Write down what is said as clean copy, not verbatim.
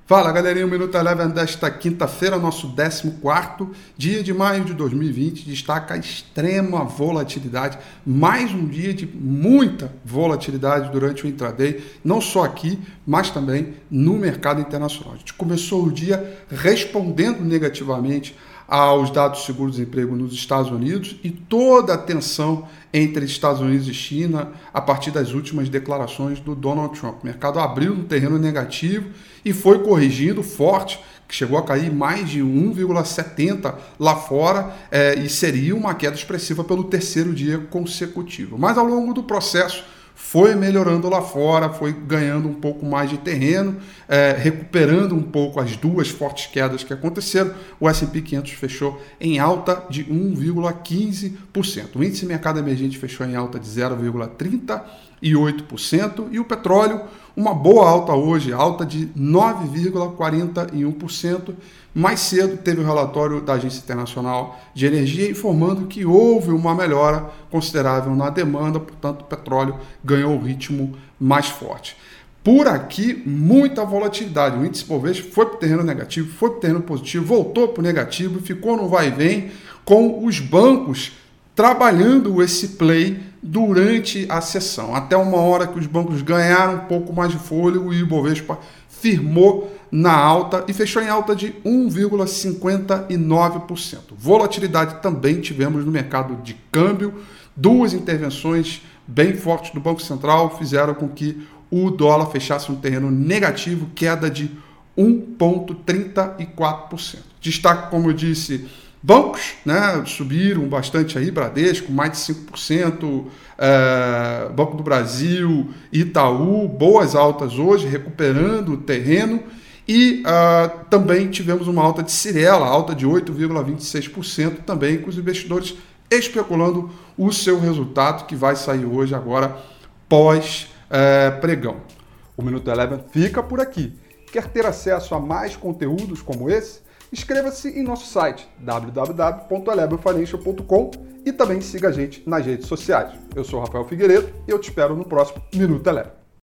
Fala galerinha, o Minuto Eleven desta quinta-feira, nosso 14º dia de maio de 2020, destaca a extrema volatilidade, mais um dia de muita volatilidade durante o intraday, não só aqui, mas também no mercado internacional. A gente começou o dia respondendo negativamente aos dados de seguro-desemprego nos Estados Unidos e toda a tensão entre Estados Unidos e China a partir das últimas declarações do Donald Trump. O mercado abriu no terreno negativo e foi corrigindo forte, que chegou a cair mais de 1,70 lá fora e seria uma queda expressiva pelo terceiro dia consecutivo. Mas ao longo do processo foi melhorando lá fora, foi ganhando um pouco mais de terreno, recuperando um pouco as duas fortes quedas que aconteceram. O S&P 500 fechou em alta de 1,15%. O índice mercado emergente fechou em alta de 0,38%. E o petróleo, uma boa alta hoje, alta de 9,41%. Mais cedo teve o relatório da Agência Internacional de Energia informando que houve uma melhora considerável na demanda, portanto o petróleo ganhou o ritmo mais forte. Por aqui, muita volatilidade. O índice Bovespa foi para o terreno negativo, foi para o terreno positivo, voltou para o negativo, ficou no vai e vem, com os bancos trabalhando esse play durante a sessão. Até uma hora que os bancos ganharam um pouco mais de fôlego e o Bovespa firmou na alta e fechou em alta de 1,59%. Volatilidade também tivemos no mercado de câmbio. Duas intervenções bem fortes do Banco Central fizeram com que o dólar fechasse um terreno negativo, queda de 1,34%. Destaque, como eu disse, bancos, né, subiram bastante aí, Bradesco, mais de 5%, Banco do Brasil, Itaú, boas altas hoje, recuperando o terreno. E também tivemos uma alta de Cyrela, alta de 8,26%, também com os investidores especulando o seu resultado, que vai sair hoje agora pós-pregão. O Minuto Eleven fica por aqui. Quer ter acesso a mais conteúdos como esse? Inscreva-se em nosso site www.elevenfinancial.com e também siga a gente nas redes sociais. Eu sou o Rafael Figueiredo e eu te espero no próximo Minuto Eleven.